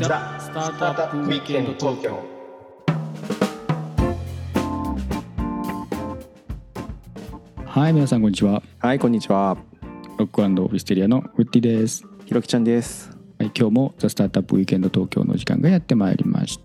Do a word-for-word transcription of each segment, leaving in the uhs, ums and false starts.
ザ・スタートアップウィークエンド東京。 はい、皆さんこんにちは。 はい、こんにちは。 ロック&ウィステリアのフッティです。 ひろきちゃんです。 はい、今日もザ・スタートアップウィークエンド東京の時間がやってまいりました。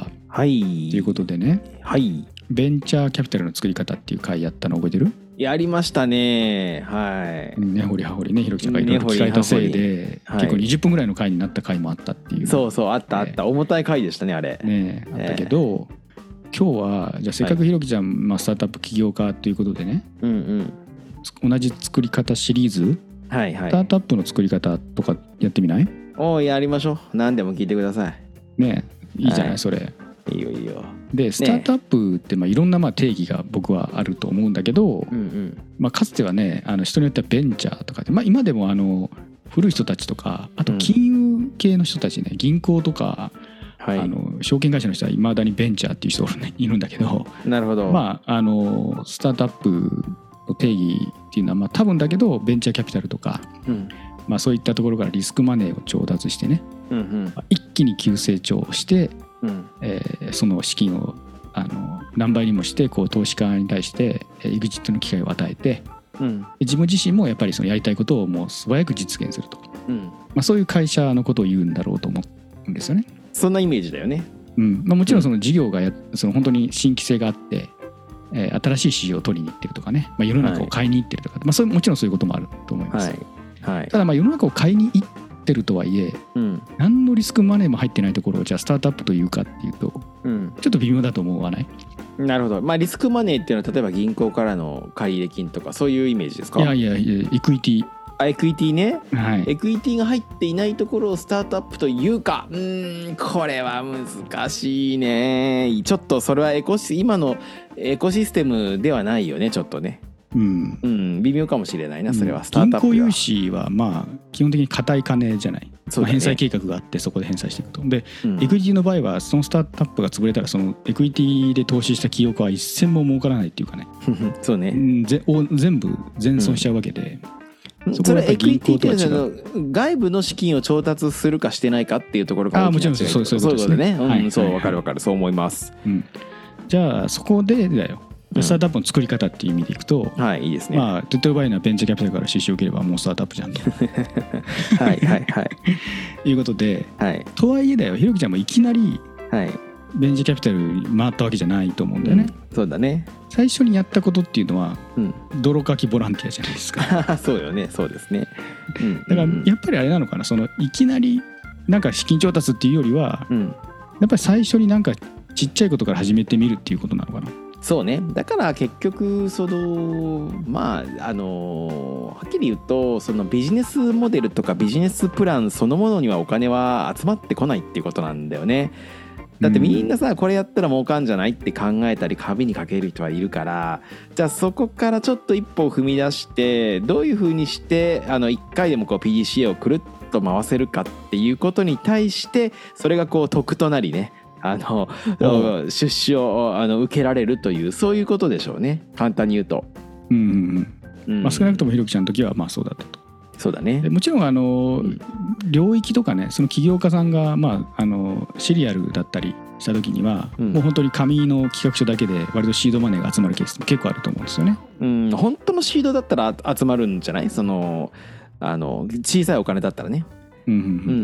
はい。 ということでね、 はい。 ベンチャーキャピタルの作り方っていう回やったの覚えてる？ やりましたね。はい。 根掘り葉掘りね、ひろきちゃんがいろいろ聞かれたせいで、 はい、 結構にじゅっぷんぐらいの回になった回もあったっていう。 そうそう、あったあった。重たい回でしたね、あれ。 ね、あったけど、えー、今日はじゃあせっかくひろきちゃん、はい、まあ、スタートアップ起業家ということでね、 うんうん、同じ作り方シリーズ、 はいはい、 スタートアップの作り方とかやってみない？ おー、やりましょう。何でも聞いてください。 ね、いいじゃない、はい、それ。 いいよいいよ。 でスタートアップってまあいろんなまあ定義が僕はあると思うんだけど、うんうんまあ、かつてはね、あの人によってはベンチャーとかで、まあ、今でもあの古い人たちとか、あと金融系の人たちね、銀行とか、はい、あの証券会社の人はいまだにベンチャーっていう人がいるんだけど、 なるほど。 まああのスタートアップの定義っていうのはまあ多分だけどベンチャーキャピタルとか、うんまあ、そういったところからリスクマネーを調達してね、うんうんまあ、一気に急成長してうんえー、その資金をあの何倍にもしてこう投資家に対してエグジットの機会を与えて、うん、自分自身もやっぱりそのやりたいことをもう素早く実現すると、うんまあ、そういう会社のことを言うんだろうと思うんですよね。 そんなイメージだよね、 うんまあ、もちろんその事業がやその本当に新規性があって、えー、新しい市場を取りに行ってるとかね、まあ、世の中を買いに行ってるとか、はいまあ、それもちろんそういうこともあると思います、はいはい、ただまあ世の中を買いに行ってるとはいえ、うん、何のリスクマネーも入ってないところをじゃあスタートアップというかっていうと、うん、ちょっと微妙だと思わない？ なるほど、まあ、リスクマネーっていうのは例えば銀行からの借入金とかそういうイメージですか？ いやいやいや、エクイティあエクイティね、 はい、 エクイティが入っていないところをスタートアップというか、うーんこれは難しいね。ちょっとそれはエコシ今のエコシステムではないよね、ちょっとね。うんうん、微妙かもしれないな、それは。スタートアップ銀行融資はまあ基本的に固い金じゃない、まあ、返済計画があってそこで返済していくと。で、うん、エクイティの場合はそのスタートアップが潰れたらそのエクイティで投資した企業家は一銭も儲からないっていうかねそうね、 ぜを全部全損しちゃうわけで、 うん、そこはやっぱり銀行とは違う。それエクイティっていうのは外部の資金を調達するかしてないかっていうところが大きな違い。あ、もちろんそうそういうことですね。そういうことでね、うん、そう分かる分かる、そう思います、うん、じゃあそこでだよ、スタートアップの作り方っていう意味でいくと、うん、はい、いいですね。まあ手っ取り早いのはベンチャーキャピタルから出資を受ければもうスタートアップじゃんとはいはいはいいうことで、はい、とはいえだよ、ひろきちゃんもいきなりベンチャーキャピタルに回ったわけじゃないと思うんだよね、 うん、そうだね。 最初にやったことっていうのは、うん、泥かきボランティアじゃないですかそうよね、そうですね、 うん、だからやっぱりあれなのかな、そのいきなりなんか資金調達っていうよりは、うん、やっぱり最初になんかちっちゃいことから始めてみるっていうことなのかな。 そうね。だから結局そのまああのはっきり言うとそのビジネスモデルとかビジネスプランそのものにはお金は集まってこないっていうことなんだよね。だってみんなさ、これやったら儲かんじゃないって考えたり紙にかける人はいるから、じゃあそこからちょっと一歩を踏み出してどういうふうにしてあのいっかいでもこう ピーディーシーエー をくるっと回せるかっていうことに対してそれがこう得となりね、あの出資をあの受けられるというそういうことでしょうね、簡単に言うと。うんうんうんまあ、少なくともひろきちゃんの時はまあそうだったと。そうだね。もちろんあの、うん、領域とかね、その起業家さんが、まあ、あのシリアルだったりした時には、うん、もう本当に紙の企画書だけで割とシードマネーが集まるケース結構あると思うんですよね。 うん、本当のシードだったら集まるんじゃない？そのあの小さいお金だったらね。うんうんうんうんうん。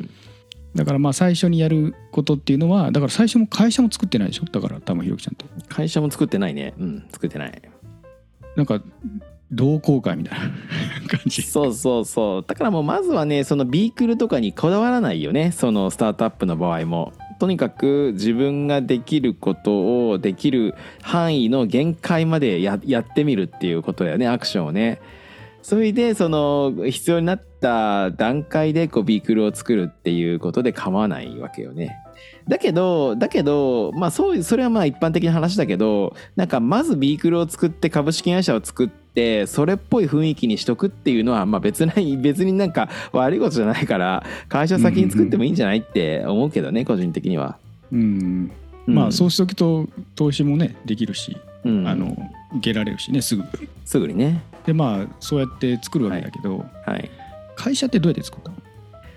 だからまあ最初にやることっていうのは、だから最初も会社も作ってないでしょ。だから多分ひろきちゃんって会社も作ってないね。うん作ってない。 なんか同好会みたいな感じ。 そうそうそう。だからもうまずはね、そのビークルとかにこだわらないよね。そのスタートアップの場合もとにかく自分ができることをできる範囲の限界まで や, やってみるっていうことだよね、アクションをね。それでその必要になった段階でこうビークルを作るっていうことで構わないわけよね。だけどだけどまあそうそれはまあ一般的な話だけど、なんかまずビークルを作って株式会社を作ってそれっぽい雰囲気にしとくっていうのはまあ別に別になんか悪いことじゃないから会社先に作ってもいいんじゃないって思うけどね、個人的には。うん、 うん、まあそうしとくと投資もねできるし、うん、あの受けられるしね、すぐすぐにね。 でまあそうやって作るわけだけど、はいはい、会社ってどうやって作ったの？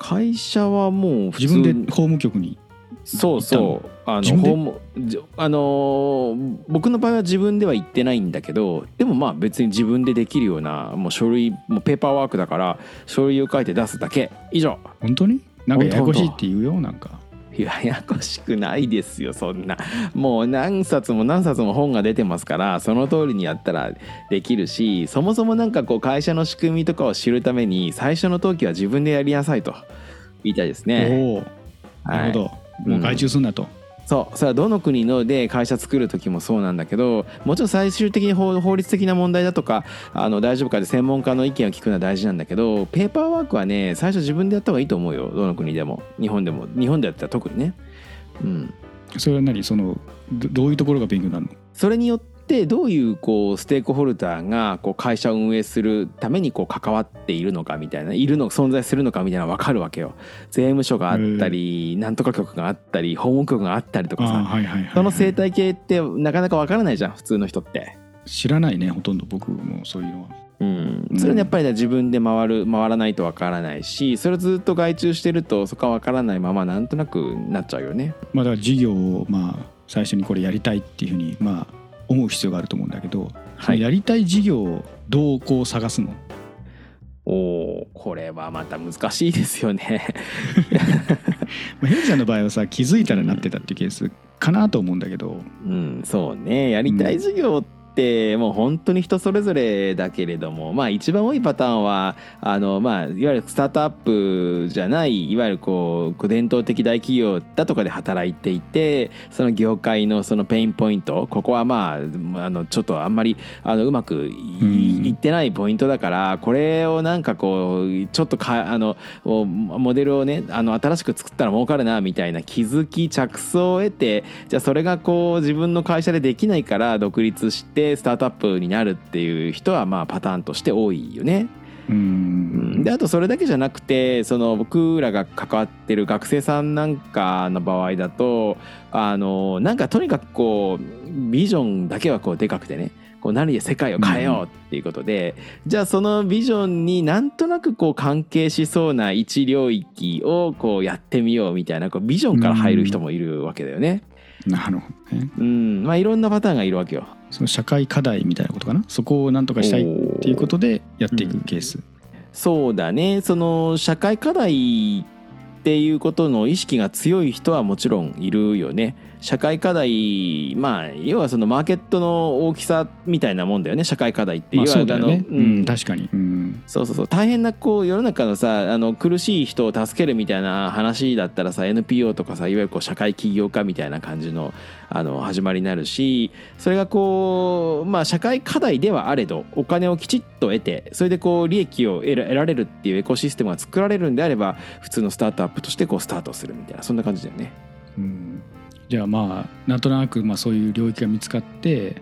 会社はもう普通自分で法務局に。 そうそうあの法務あの僕の場合は自分では行ってないんだけど、でもまあ別に自分でできるようなもう書類もうペーパーワークだから書類を書いて出すだけ以上。 本当になんかややこしいって言うよなんか。 ややこしくないですよそんな。もう何冊も何冊も本が出てますからその通りにやったらできるし、そもそもなんかこう会社の仕組みとかを知るために最初の時は自分でやりなさいと言いたいですね。 おお、なるほど、はい、もう外注すんなと、うん、 そうそれはどの国ので会社作る時もそうなんだけど、もちろん最終的に 法, 法律的な問題だとかあの大丈夫かで専門家の意見を聞くのは大事なんだけど、ペーパーワークはね最初自分でやった方がいいと思うよ。どの国でも日本でも日本でやったら特にね。うん、 それは何その ど, どういうところが勉強になるの？ それによってどういうこうステークホルダーがこう会社を運営するためにこう関わっているのかみたいないるの存在するのかみたいなのが分かるわけよ。税務署があったりなんとか局があったり法務局があったりとかさ、はいはいはいはい、その生態系ってなかなか分からないじゃん普通の人って。 知らないねほとんど僕もそういうのは。 うん、それはやっぱり自分で回る回らないとわからないし、それをずっと外注してるとそこはわからないままなんとなくなっちゃうよね。 まあだから事業をまあ最初にこれやりたいっていうふうにまあ思う必要があると思うんだけど、はい、やりたい事業をどうこう探すの？ おーこれはまた難しいですよね。 ヘイちゃんの場合はさ気づいたらなってたっていうケースかなと思うんだけど、 うん、うん、そうねやりたい事業って、うんってもう本当に人それぞれだけれども、まあ一番多いパターンはあのまあいわゆるスタートアップじゃないいわゆるこう伝統的大企業だとかで働いていて、その業界のそのペインポイントここはまああのちょっとあんまりあのうまく い, いってないポイントだから、これをなんかこうちょっとかあのモデルをねあの新しく作ったら儲かるなみたいな気づき着想を得て、じゃあそれがこう自分の会社でできないから独立してスタートアップになるっていう人はまあパターンとして多いよね。うんであとそれだけじゃなくてその僕らが関わってる学生さんなんかの場合だとあのなんかとにかくこうビジョンだけはこうでかくてねこう何で世界を変えようっていうことで、うん、じゃあそのビジョンになんとなくこう関係しそうな一領域をこうやってみようみたいなこうビジョンから入る人もいるわけだよね。 なるほどね。 うんまあいろんなパターンがいるわけよ。 その社会課題みたいなことかな、そこをなんとかしたいっていうことでやっていくケース、うん、 そうだね。その社会課題っていうことの意識が強い人はもちろんいるよね。社会課題まあ要はそのマーケットの大きさみたいなもんだよね社会課題っていう、まあ、そうだよね、 うんうん、確かに、うん、 そうそうそう大変なこう世の中のさあの苦しい人を助けるみたいな話だったらさ エヌピーオー とかさいわゆるこう社会起業家みたいな感じのあの始まりになるし、それがこうまあ社会課題ではあれどお金をきちっと得てそれでこう利益を得られるっていうエコシステムが作られるんであれば普通のスタートアップとしてこうスタートするみたいなそんな感じだよね。 うんじゃあまあなんとなくまあそういう領域が見つかって、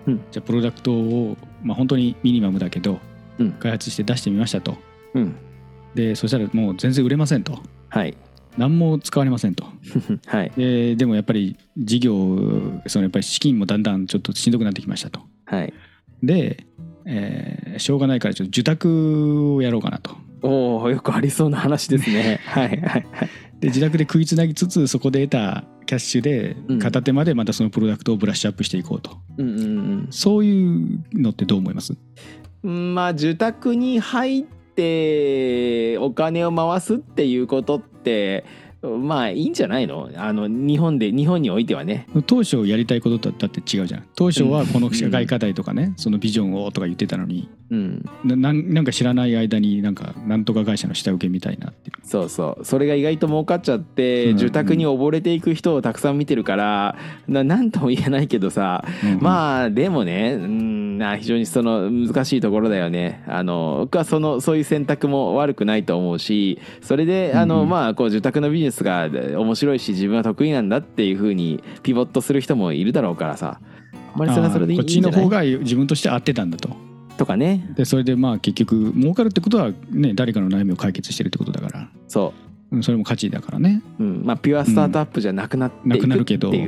うん、じゃあプロダクトをまあ本当にミニマムだけど、うん、開発して出してみましたと、うん、でそしたらもう全然売れませんと、はい、何も使われませんと、はい、で, でもやっぱり事業そのやっぱり資金もだんだんちょっとしんどくなってきましたと、はい、で、えー、しょうがないからちょっと受託をやろうかなと。 おおよくありそうな話ですね。はいはいはい。 で自宅で食いつなぎつつそこで得たキャッシュで片手までまたそのプロダクトをブラッシュアップしていこうと、うんうんうん、そういうのってどう思います？ まあ受託に入ってお金を回すっていうことってまあいいんじゃないの？あの日本で日本においてはね。 当初やりたいこととだって違うじゃん。当初はこの社会課題とかね、うん、そのビジョンをとか言ってたのに、うん、な, なんか知らない間になんかなんとか会社の下請けみたいなっていう。 そうそうそれが意外と儲かっちゃって、うん、受託に溺れていく人をたくさん見てるからななんとも言えないけどさ、うん、まあでもね、うん、非常にその難しいところだよね。あの僕はそのそういう選択も悪くないと思うし、それであの、うん、まあこう受託のビジネスが面白いし自分は得意なんだっていう風にピボットする人もいるだろうからさ、 あまりそれはそれでいいんじゃない？こっちの方が自分として合ってたんだととかね。 でそれでまあ結局儲かるってことはね誰かの悩みを解決してるってことだから、そうそれも価値だからね、 うん、まあピュアスタートアップじゃなくなっていくっていう、うん、なくなるけど、うん、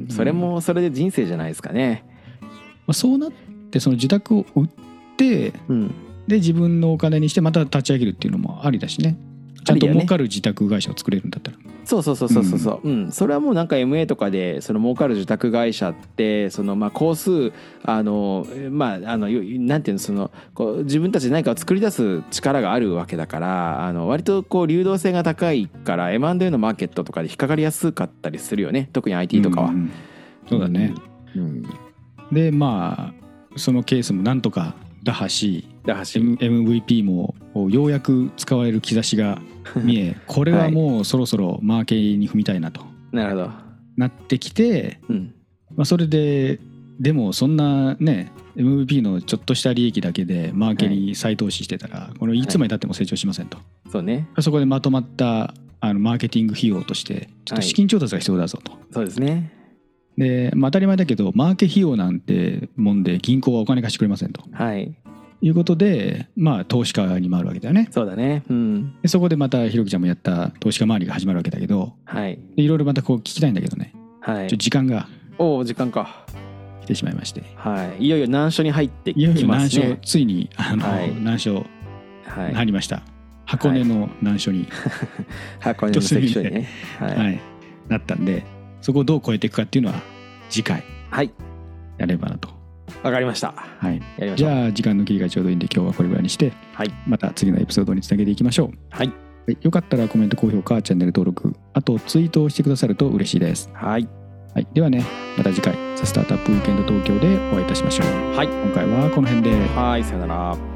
それもそれで人生じゃないですかね。 まあ、そうなってその受託を売って、うん、で自分のお金にしてまた立ち上げるっていうのもありだしね。 ちゃんと儲かる自宅会社を作れるんだったら、 そうそうそうそうそうそう、うん、うん、それはもうなんか エムエー とかでその儲かる受託会社ってそのまあ工数あのまああのなんていうのそのこう自分たちで何かを作り出す力があるわけだからあの割とこう流動性が高いから エムアンドエー のマーケットとかで引っかかりやすかったりするよね、特に アイティー とかは、うんうん、 そうだね、うん、でまあそのケースもなんとか打破し打破しエムブイピー もようやく使われる兆しが見えこれはもうそろそろマーケに踏みたいなとなるほどなってきて、 うんまあ、それででもそんなね エムブイピー のちょっとした利益だけでマーケに再投資してたら、はい、このいつまでたっても成長しませんと、はい、 そうね、 そこでまとまったあのマーケティング費用としてちょっと資金調達が必要だぞと、はい、 そうですねで、まあ、当たり前だけどマーケ費用なんてもんで銀行はお金貸してくれませんと、 はいいうことで、まあ、投資家に回るわけだよね。 そうだね、うん、 でそこでまたひろきちゃんもやった投資家回りが始まるわけだけど、 はい、 でいろいろまたこう聞きたいんだけどね、 はい、 ちょ時間がお時間か来てしまいまして、 はい、いよいよ難所に入ってきますね。 いよいよ難所ついにあの、はい、難所入りました、はい、箱根の難所に、 はい、箱根の関所にね、 はいはい、なったんでそこをどう超えていくかっていうのは次回やればなと。 わかりました。 はい。やりましょう。じゃあ時間の切りがちょうどいいんで今日はこれぐらいにして、 はい、 また次のエピソードにつなげていきましょう。 はい。 はい、よかったらコメント高評価チャンネル登録あとツイートをしてくださると嬉しいです。 はい。 はい、ではねまた次回ザ・スタートアップウィーケンド東京でお会いいたしましょう。 はい。 今回はこの辺で。 はい、さよなら。